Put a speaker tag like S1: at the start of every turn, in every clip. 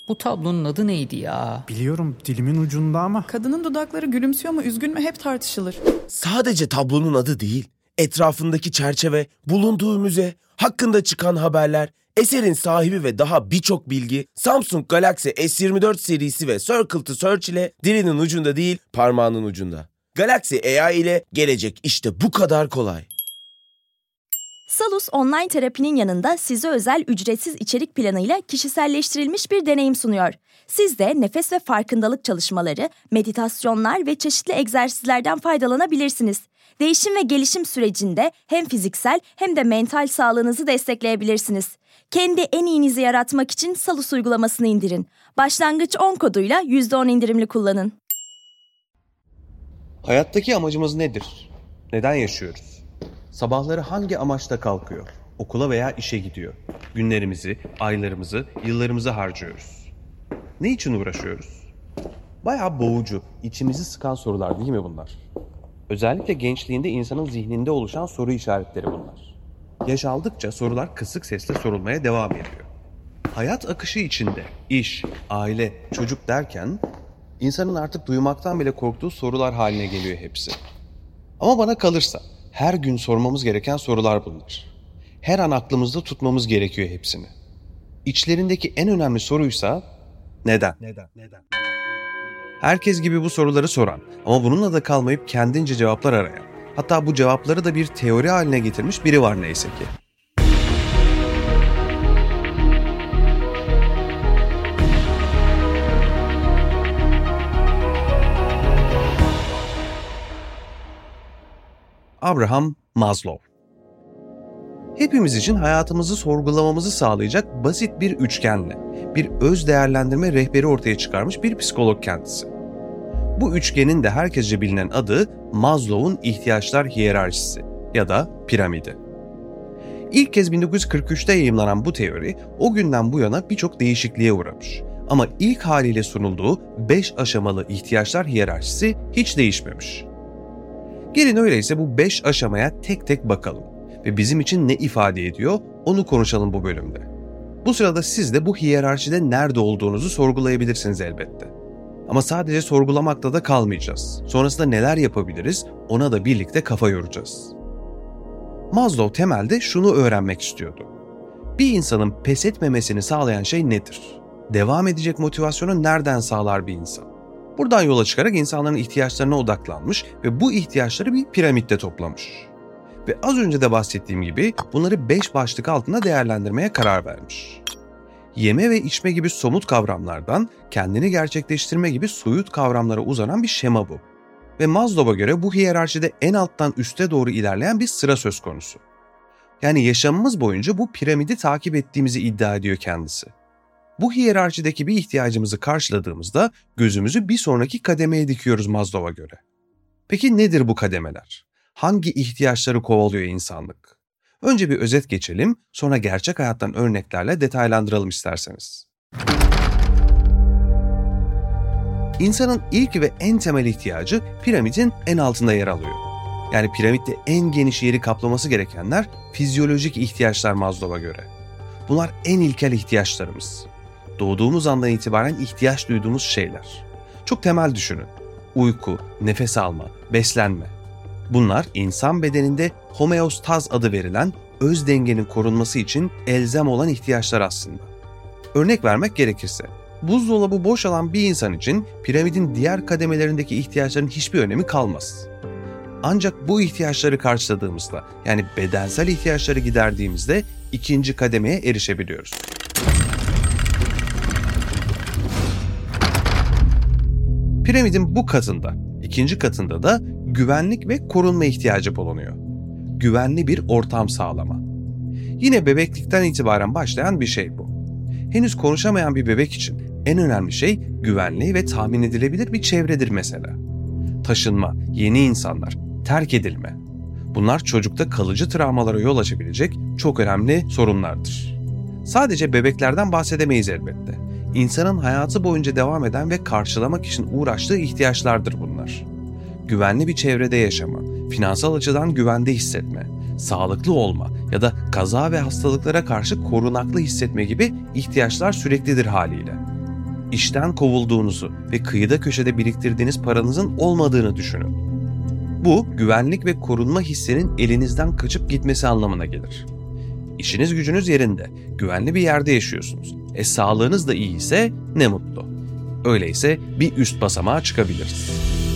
S1: Bu tablonun adı neydi ya?
S2: Biliyorum, dilimin ucunda ama.
S3: Kadının dudakları gülümsüyor mu, üzgün mü hep tartışılır.
S4: Sadece tablonun adı değil, etrafındaki çerçeve, bulunduğu müze, hakkında çıkan haberler, eserin sahibi ve daha birçok bilgi Samsung Galaxy S24 serisi ve Circle to Search ile dilinin ucunda değil, parmağının ucunda. Galaxy AI ile gelecek işte bu kadar kolay.
S5: Salus online terapinin yanında size özel ücretsiz içerik planıyla kişiselleştirilmiş bir deneyim sunuyor. Siz de nefes ve farkındalık çalışmaları, meditasyonlar ve çeşitli egzersizlerden faydalanabilirsiniz. Değişim ve gelişim sürecinde hem fiziksel hem de mental sağlığınızı destekleyebilirsiniz. Kendi en iyinizi yaratmak için Salus uygulamasını indirin. Başlangıç 10 koduyla %10 indirimli kullanın.
S6: Hayattaki amacımız nedir? Neden yaşıyoruz? Sabahları hangi amaçla kalkıyor? Okula veya işe gidiyor. Günlerimizi, aylarımızı, yıllarımızı harcıyoruz. Ne için uğraşıyoruz? Bayağı boğucu, içimizi sıkan sorular değil mi bunlar? Özellikle gençliğinde insanın zihninde oluşan soru işaretleri bunlar. Yaş aldıkça sorular kısık sesle sorulmaya devam ediyor. Hayat akışı içinde iş, aile, çocuk derken insanın artık duymaktan bile korktuğu sorular haline geliyor hepsi. Ama bana kalırsa her gün sormamız gereken sorular bunlar. Her an aklımızda tutmamız gerekiyor hepsini. İçlerindeki en önemli soruysa neden? Herkes gibi bu soruları soran ama bununla da kalmayıp kendince cevaplar arayan, hatta bu cevapları da bir teori haline getirmiş biri var neyse ki. Abraham Maslow. Hepimiz için hayatımızı sorgulamamızı sağlayacak basit bir üçgenle, bir öz değerlendirme rehberi ortaya çıkarmış bir psikolog kendisi. Bu üçgenin de herkesce bilinen adı Maslow'un ihtiyaçlar hiyerarşisi ya da piramidi. İlk kez 1943'te yayımlanan bu teori o günden bu yana birçok değişikliğe uğramış. Ama ilk haliyle sunulduğu 5 aşamalı ihtiyaçlar hiyerarşisi hiç değişmemiş. Gelin öyleyse bu 5 aşamaya tek tek bakalım ve bizim için ne ifade ediyor onu konuşalım bu bölümde. Bu sırada siz de bu hiyerarşide nerede olduğunuzu sorgulayabilirsiniz elbette. Ama sadece sorgulamakla da kalmayacağız. Sonrasında neler yapabiliriz ona da birlikte kafa yoracağız. Maslow temelde şunu öğrenmek istiyordu. Bir insanın pes etmemesini sağlayan şey nedir? Devam edecek motivasyonu nereden sağlar bir insan? Buradan yola çıkarak insanların ihtiyaçlarına odaklanmış ve bu ihtiyaçları bir piramitte toplamış. Ve az önce de bahsettiğim gibi bunları 5 başlık altında değerlendirmeye karar vermiş. Yeme ve içme gibi somut kavramlardan kendini gerçekleştirme gibi soyut kavramlara uzanan bir şema bu. Ve Maslow'a göre bu hiyerarşide en alttan üste doğru ilerleyen bir sıra söz konusu. Yani yaşamımız boyunca bu piramidi takip ettiğimizi iddia ediyor kendisi. Bu hiyerarşideki bir ihtiyacımızı karşıladığımızda gözümüzü bir sonraki kademeye dikiyoruz Maslow'a göre. Peki nedir bu kademeler? Hangi ihtiyaçları kovalıyor insanlık? Önce bir özet geçelim, sonra gerçek hayattan örneklerle detaylandıralım isterseniz. İnsanın ilk ve en temel ihtiyacı piramidin en altında yer alıyor. Yani piramitte en geniş yeri kaplaması gerekenler fizyolojik ihtiyaçlar Maslow'a göre. Bunlar en ilkel ihtiyaçlarımız. Doğduğumuz andan itibaren ihtiyaç duyduğumuz şeyler. Çok temel düşünün. Uyku, nefes alma, beslenme. Bunlar insan bedeninde homeostaz adı verilen öz dengenin korunması için elzem olan ihtiyaçlar aslında. Örnek vermek gerekirse, buzdolabı boş alan bir insan için piramidin diğer kademelerindeki ihtiyaçların hiçbir önemi kalmaz. Ancak bu ihtiyaçları karşıladığımızda, yani bedensel ihtiyaçları giderdiğimizde ikinci kademeye erişebiliyoruz. Piramidin bu katında, ikinci katında da güvenlik ve korunma ihtiyacı bulunuyor. Güvenli bir ortam sağlama. Yine bebeklikten itibaren başlayan bir şey bu. Henüz konuşamayan bir bebek için en önemli şey güvenli ve tahmin edilebilir bir çevredir mesela. Taşınma, yeni insanlar, terk edilme. Bunlar çocukta kalıcı travmalara yol açabilecek çok önemli sorunlardır. Sadece bebeklerden bahsedemeyiz elbette. İnsanın hayatı boyunca devam eden ve karşılamak için uğraştığı ihtiyaçlardır bunlar. Güvenli bir çevrede yaşama, finansal açıdan güvende hissetme, sağlıklı olma ya da kaza ve hastalıklara karşı korunaklı hissetme gibi ihtiyaçlar süreklidir haliyle. işten kovulduğunuzu ve kıyıda köşede biriktirdiğiniz paranızın olmadığını düşünün. Bu, güvenlik ve korunma hissinin elinizden kaçıp gitmesi anlamına gelir. İşiniz gücünüz yerinde, güvenli bir yerde yaşıyorsunuz. Sağlığınız da iyi ise ne mutlu. Öyleyse bir üst basamağa çıkabiliriz.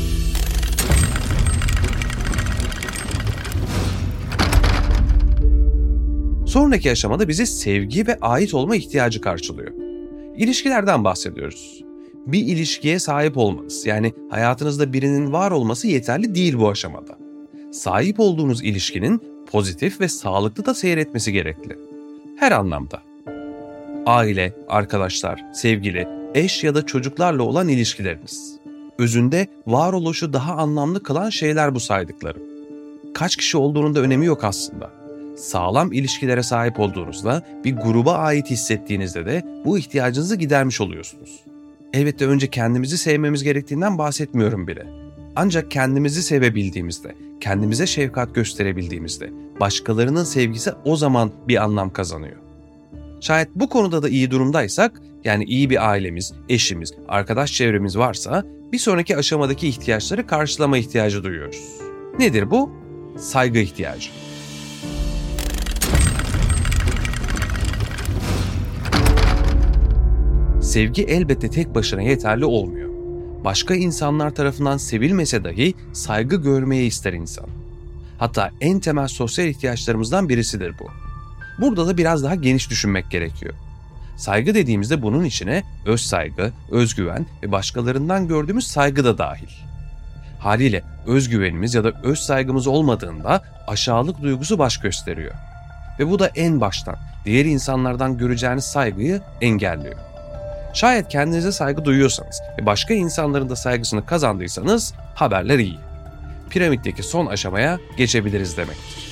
S6: Sonraki aşamada bizi sevgi ve ait olma ihtiyacı karşılıyor. İlişkilerden bahsediyoruz. Bir ilişkiye sahip olmanız, yani hayatınızda birinin var olması yeterli değil bu aşamada. Sahip olduğunuz ilişkinin pozitif ve sağlıklı da seyretmesi gerekli. Her anlamda. Aile, arkadaşlar, sevgili, eş ya da çocuklarla olan ilişkileriniz. Özünde varoluşu daha anlamlı kılan şeyler bu saydıklarım. Kaç kişi olduğunun da önemi yok aslında. Sağlam ilişkilere sahip olduğunuzda, bir gruba ait hissettiğinizde de bu ihtiyacınızı gidermiş oluyorsunuz. Elbette önce kendimizi sevmemiz gerektiğinden bahsetmiyorum bile. Ancak kendimizi sevebildiğimizde, kendimize şefkat gösterebildiğimizde, başkalarının sevgisi o zaman bir anlam kazanıyor. Şayet bu konuda da iyi durumdaysak, yani iyi bir ailemiz, eşimiz, arkadaş çevremiz varsa, bir sonraki aşamadaki ihtiyaçları karşılama ihtiyacı duyuyoruz. Nedir bu? Saygı ihtiyacı. Sevgi elbette tek başına yeterli olmuyor. Başka insanlar tarafından sevilmese dahi saygı görmeye ister insan. Hatta en temel sosyal ihtiyaçlarımızdan birisidir bu. Burada da biraz daha geniş düşünmek gerekiyor. Saygı dediğimizde bunun içine öz saygı, özgüven ve başkalarından gördüğümüz saygı da dahil. Haliyle özgüvenimiz ya da öz saygımız olmadığında aşağılık duygusu baş gösteriyor. Ve bu da en baştan diğer insanlardan göreceğiniz saygıyı engelliyor. Şayet kendinize saygı duyuyorsanız ve başka insanların da saygısını kazandıysanız haberler iyi. Piramitteki son aşamaya geçebiliriz demektir.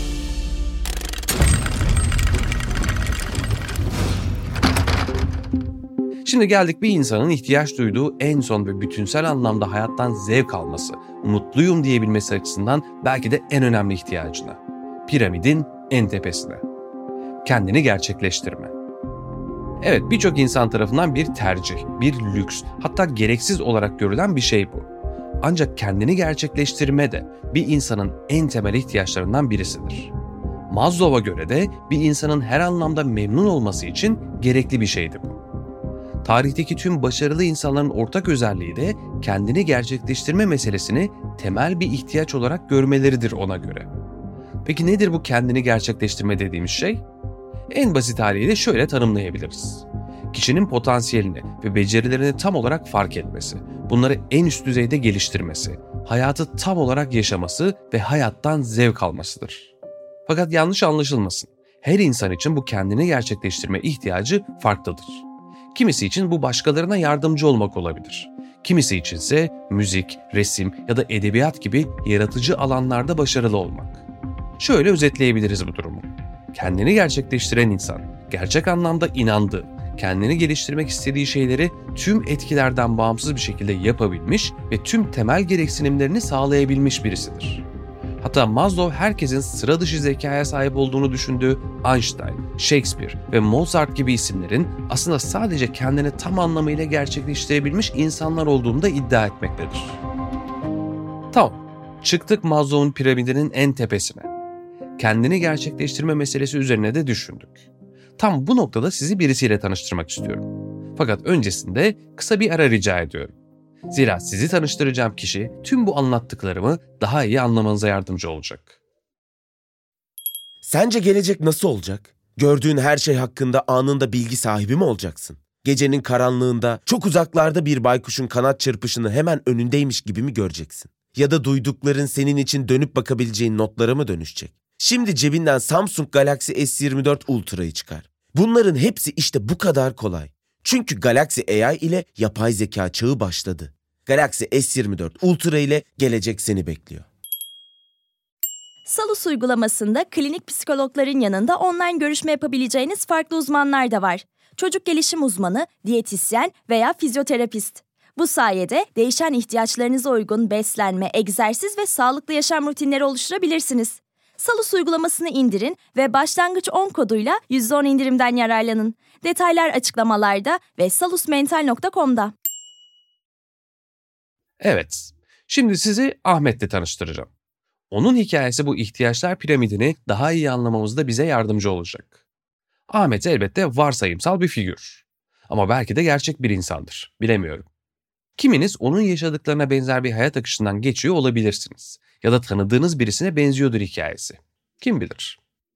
S6: Şimdi geldik bir insanın ihtiyaç duyduğu en son ve bütünsel anlamda hayattan zevk alması, mutluyum diyebilmesi açısından belki de en önemli ihtiyacına. Piramidin en tepesine. Kendini gerçekleştirme. Evet, birçok insan tarafından bir tercih, bir lüks, hatta gereksiz olarak görülen bir şey bu. Ancak kendini gerçekleştirme de bir insanın en temel ihtiyaçlarından birisidir. Maslow'a göre de bir insanın her anlamda memnun olması için gerekli bir şeydi bu. Tarihteki tüm başarılı insanların ortak özelliği de kendini gerçekleştirme meselesini temel bir ihtiyaç olarak görmeleridir ona göre. Peki nedir bu kendini gerçekleştirme dediğimiz şey? En basit haliyle şöyle tanımlayabiliriz. Kişinin potansiyelini ve becerilerini tam olarak fark etmesi, bunları en üst düzeyde geliştirmesi, hayatı tam olarak yaşaması ve hayattan zevk almasıdır. Fakat yanlış anlaşılmasın. Her insan için bu kendini gerçekleştirme ihtiyacı farklıdır. Kimisi için bu başkalarına yardımcı olmak olabilir. Kimisi içinse müzik, resim ya da edebiyat gibi yaratıcı alanlarda başarılı olmak. Şöyle özetleyebiliriz bu durumu. Kendini gerçekleştiren insan, gerçek anlamda inandığı, kendini geliştirmek istediği şeyleri tüm etkilerden bağımsız bir şekilde yapabilmiş ve tüm temel gereksinimlerini sağlayabilmiş birisidir. Hatta Maslow herkesin sıra dışı zekaya sahip olduğunu düşündüğü Einstein, Shakespeare ve Mozart gibi isimlerin aslında sadece kendini tam anlamıyla gerçekleştirebilmiş insanlar olduğunu da iddia etmektedir. Tamam, çıktık Maslow'un piramidinin en tepesine. Kendini gerçekleştirme meselesi üzerine de düşündük. Tam bu noktada sizi birisiyle tanıştırmak istiyorum. Fakat öncesinde kısa bir ara rica ediyorum. Zira sizi tanıştıracağım kişi tüm bu anlattıklarımı daha iyi anlamanıza yardımcı olacak.
S4: Sence gelecek nasıl olacak? Gördüğün her şey hakkında anında bilgi sahibi mi olacaksın? Gecenin karanlığında çok uzaklarda bir baykuşun kanat çırpışını hemen önündeymiş gibi mi göreceksin? Ya da duydukların senin için dönüp bakabileceğin notlara mı dönüşecek? Şimdi cebinden Samsung Galaxy S24 Ultra'yı çıkar. Bunların hepsi işte bu kadar kolay. Çünkü Galaxy AI ile yapay zeka çağı başladı. Galaxy S24 Ultra ile gelecek seni bekliyor.
S5: Salus uygulamasında klinik psikologların yanında online görüşme yapabileceğiniz farklı uzmanlar da var. Çocuk gelişim uzmanı, diyetisyen veya fizyoterapist. Bu sayede değişen ihtiyaçlarınıza uygun beslenme, egzersiz ve sağlıklı yaşam rutinleri oluşturabilirsiniz. Salus uygulamasını indirin ve başlangıç 10 koduyla %10 indirimden yararlanın. Detaylar açıklamalarda ve salusmental.com'da.
S6: Evet, şimdi sizi Ahmet'le tanıştıracağım. Onun hikayesi bu ihtiyaçlar piramidini daha iyi anlamamızda bize yardımcı olacak. Ahmet elbette varsayımsal bir figür. Ama belki de gerçek bir insandır, bilemiyorum. Kiminiz onun yaşadıklarına benzer bir hayat akışından geçiyor olabilirsiniz. Ya da tanıdığınız birisine benziyordur hikayesi. Kim bilir?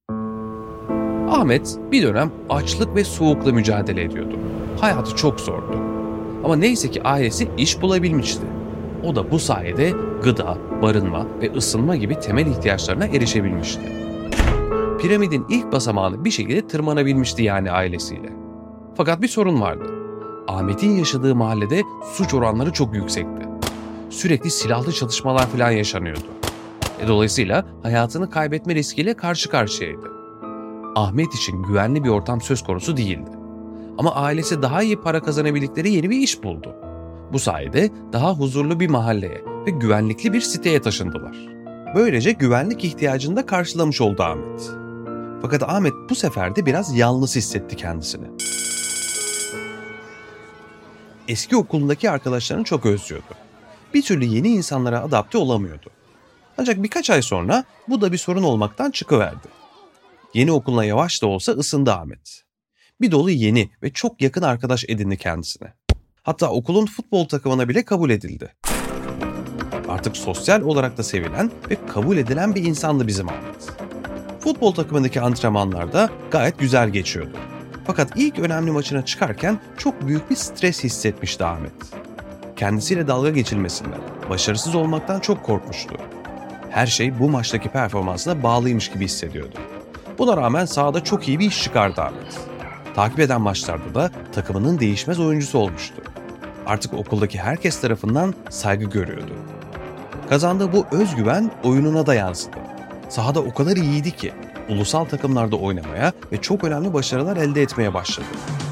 S6: Ahmet bir dönem açlık ve soğukla mücadele ediyordu. Hayatı çok zordu. Ama neyse ki ailesi iş bulabilmişti. O da bu sayede gıda, barınma ve ısınma gibi temel ihtiyaçlarına erişebilmişti. Piramidin ilk basamağını bir şekilde tırmanabilmişti yani ailesiyle. Fakat bir sorun vardı. Ahmet'in yaşadığı mahallede suç oranları çok yüksekti. Sürekli silahlı çatışmalar falan yaşanıyordu. Dolayısıyla hayatını kaybetme riskiyle karşı karşıyaydı. Ahmet için güvenli bir ortam söz konusu değildi. Ama ailesi daha iyi para kazanabildikleri yeni bir iş buldu. Bu sayede daha huzurlu bir mahalleye ve güvenlikli bir siteye taşındılar. Böylece güvenlik ihtiyacını da karşılamış oldu Ahmet. Fakat Ahmet bu sefer de biraz yalnız hissetti kendisini. Eski okulundaki arkadaşlarını çok özlüyordu. Bir türlü yeni insanlara adapte olamıyordu. Ancak birkaç ay sonra bu da bir sorun olmaktan çıkıverdi. Yeni okuluna yavaş da olsa ısındı Ahmet. Bir dolu yeni ve çok yakın arkadaş edindi kendisine. Hatta okulun futbol takımına bile kabul edildi. Artık sosyal olarak da sevilen ve kabul edilen bir insandı bizim Ahmet. Futbol takımındaki antrenmanlarda gayet güzel geçiyordu. Fakat ilk önemli maçına çıkarken çok büyük bir stres hissetmişti Ahmet. Kendisiyle dalga geçilmesinden, başarısız olmaktan çok korkmuştu. Her şey bu maçtaki performansına bağlıymış gibi hissediyordu. Buna rağmen sahada çok iyi bir iş çıkardı Ahmet. Takip eden maçlarda da takımının değişmez oyuncusu olmuştu. Artık okuldaki herkes tarafından saygı görüyordu. Kazandığı bu özgüven oyununa da yansıdı. Sahada o kadar iyiydi ki ulusal takımlarda oynamaya ve çok önemli başarılar elde etmeye başladı.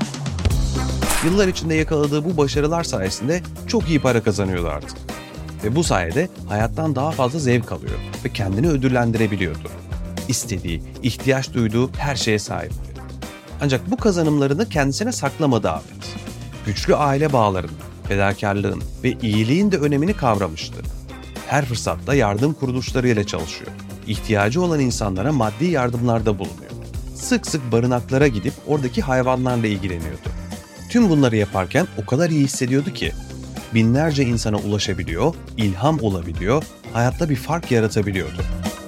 S6: Yıllar içinde yakaladığı bu başarılar sayesinde çok iyi para kazanıyordu artık. Ve bu sayede hayattan daha fazla zevk alıyor ve kendini ödüllendirebiliyordu. İstediği, ihtiyaç duyduğu her şeye sahipti. Ancak bu kazanımlarını kendisine saklamadı Ahmet. Güçlü aile bağlarının, fedakarlığın ve iyiliğin de önemini kavramıştı. Her fırsatta yardım kuruluşlarıyla çalışıyor. İhtiyacı olan insanlara maddi yardımlarda bulunuyor. Sık sık barınaklara gidip oradaki hayvanlarla ilgileniyordu. Tüm bunları yaparken o kadar iyi hissediyordu ki binlerce insana ulaşabiliyor, ilham olabiliyor, hayatta bir fark yaratabiliyordu.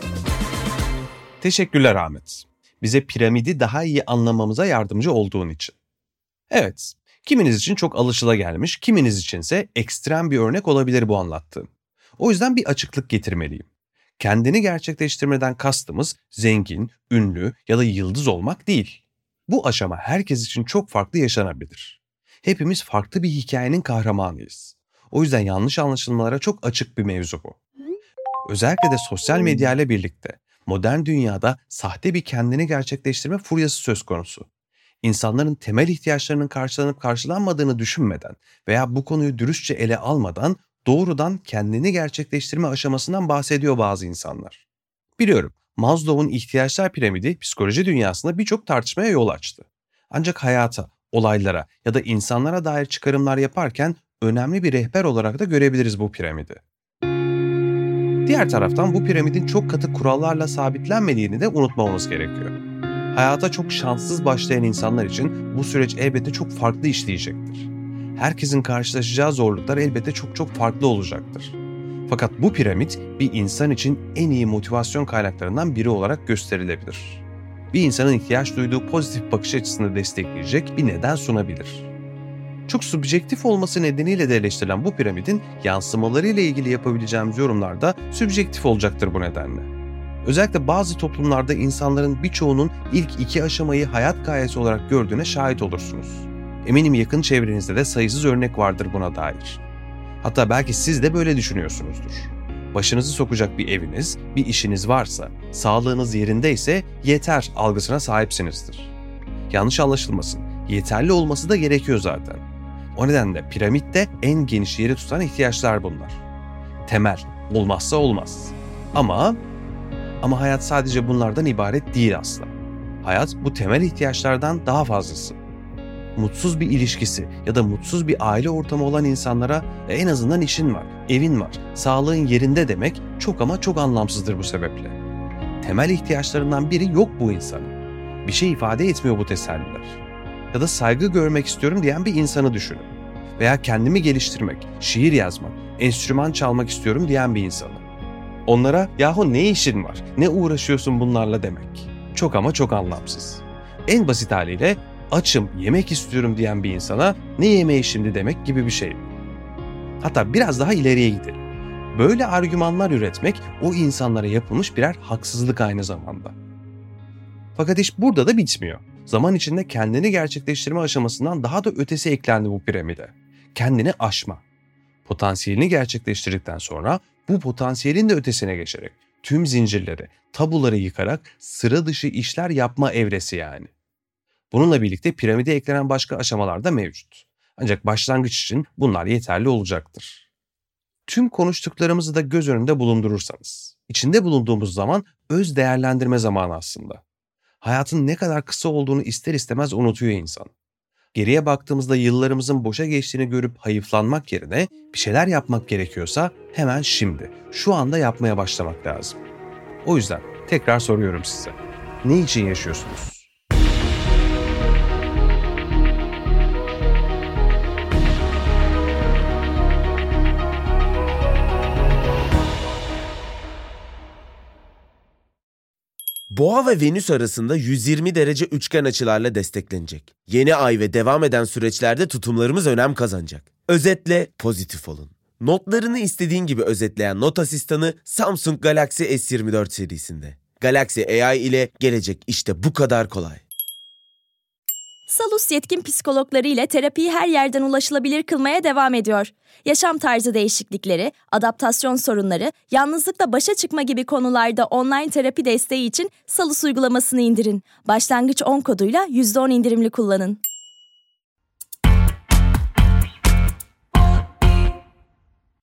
S6: Teşekkürler Ahmet. Bize piramidi daha iyi anlamamıza yardımcı olduğun için. Evet, kiminiz için çok alışılagelmiş, kiminiz içinse ekstrem bir örnek olabilir bu anlattığım. O yüzden bir açıklık getirmeliyim. Kendini gerçekleştirmeden kastımız zengin, ünlü ya da yıldız olmak değil. Bu aşama herkes için çok farklı yaşanabilir. Hepimiz farklı bir hikayenin kahramanıyız. O yüzden yanlış anlaşılmalara çok açık bir mevzu bu. Özellikle de sosyal medya ile birlikte modern dünyada sahte bir kendini gerçekleştirme furyası söz konusu. İnsanların temel ihtiyaçlarının karşılanıp karşılanmadığını düşünmeden veya bu konuyu dürüstçe ele almadan doğrudan kendini gerçekleştirme aşamasından bahsediyor bazı insanlar. Biliyorum, Maslow'un ihtiyaçlar piramidi psikoloji dünyasında birçok tartışmaya yol açtı. Ancak hayata, olaylara ya da insanlara dair çıkarımlar yaparken önemli bir rehber olarak da görebiliriz bu piramidi. Diğer taraftan bu piramidin çok katı kurallarla sabitlenmediğini de unutmamamız gerekiyor. Hayata çok şanssız başlayan insanlar için bu süreç elbette çok farklı işleyecektir. Herkesin karşılaşacağı zorluklar elbette çok farklı olacaktır. Fakat bu piramit bir insan için en iyi motivasyon kaynaklarından biri olarak gösterilebilir. Bir insanın ihtiyaç duyduğu pozitif bakış açısını destekleyecek bir neden sunabilir. Çok subjektif olması nedeniyle de eleştirilen bu piramidin yansımalarıyla ilgili yapabileceğimiz yorumlar da subjektif olacaktır bu nedenle. Özellikle bazı toplumlarda insanların birçoğunun ilk iki aşamayı hayat gayesi olarak gördüğüne şahit olursunuz. Eminim yakın çevrenizde de sayısız örnek vardır buna dair. Hatta belki siz de böyle düşünüyorsunuzdur. Başınızı sokacak bir eviniz, bir işiniz varsa, sağlığınız yerindeyse yeter algısına sahipsinizdir. Yanlış anlaşılmasın, yeterli olması da gerekiyor zaten. O nedenle piramitte en geniş yeri tutan ihtiyaçlar bunlar. Temel, olmazsa olmaz. Ama Ama hayat sadece bunlardan ibaret değil asla. Hayat bu temel ihtiyaçlardan daha fazlası. Mutsuz bir ilişkisi ya da mutsuz bir aile ortamı olan insanlara en azından işin var, evin var, sağlığın yerinde demek çok ama çok anlamsızdır bu sebeple. Temel ihtiyaçlarından biri yok bu insanın. Bir şey ifade etmiyor bu teselliler. Ya da saygı görmek istiyorum diyen bir insanı düşünün. Veya kendimi geliştirmek, şiir yazmak, enstrüman çalmak istiyorum diyen bir insanı. Onlara yahu ne işin var, ne uğraşıyorsun bunlarla demek. Çok ama çok anlamsız. En basit haliyle açım, yemek istiyorum diyen bir insana ne yemeği şimdi demek gibi bir şey. Hatta biraz daha ileriye gidelim. Böyle argümanlar üretmek o insanlara yapılmış birer haksızlık aynı zamanda. Fakat iş burada da bitmiyor. Zaman içinde kendini gerçekleştirme aşamasından daha da ötesi eklendi bu piramide. Kendini aşma. Potansiyelini gerçekleştirdikten sonra bu potansiyelin de ötesine geçerek tüm zincirleri, tabuları yıkarak sıra dışı işler yapma evresi yani. Bununla birlikte piramide eklenen başka aşamalar da mevcut. Ancak başlangıç için bunlar yeterli olacaktır. Tüm konuştuklarımızı da göz önünde bulundurursanız, içinde bulunduğumuz zaman öz değerlendirme zamanı aslında. Hayatın ne kadar kısa olduğunu ister istemez unutuyor insan. Geriye baktığımızda yıllarımızın boşa geçtiğini görüp hayıflanmak yerine bir şeyler yapmak gerekiyorsa hemen şimdi, şu anda yapmaya başlamak lazım. O yüzden tekrar soruyorum size. Ne için yaşıyorsunuz?
S4: Boğa ve Venüs arasında 120 derece üçgen açılarla desteklenecek. Yeni ay ve devam eden süreçlerde tutumlarımız önem kazanacak. Özetle pozitif olun. Notlarını istediğin gibi özetleyen not asistanı Samsung Galaxy S24 serisinde. Galaxy AI ile gelecek işte bu kadar kolay.
S5: Salus yetkin psikologları ile terapiyi her yerden ulaşılabilir kılmaya devam ediyor. Yaşam tarzı değişiklikleri, adaptasyon sorunları, yalnızlıkla başa çıkma gibi konularda online terapi desteği için Salus uygulamasını indirin. Başlangıç 10 koduyla %10 indirimli kullanın.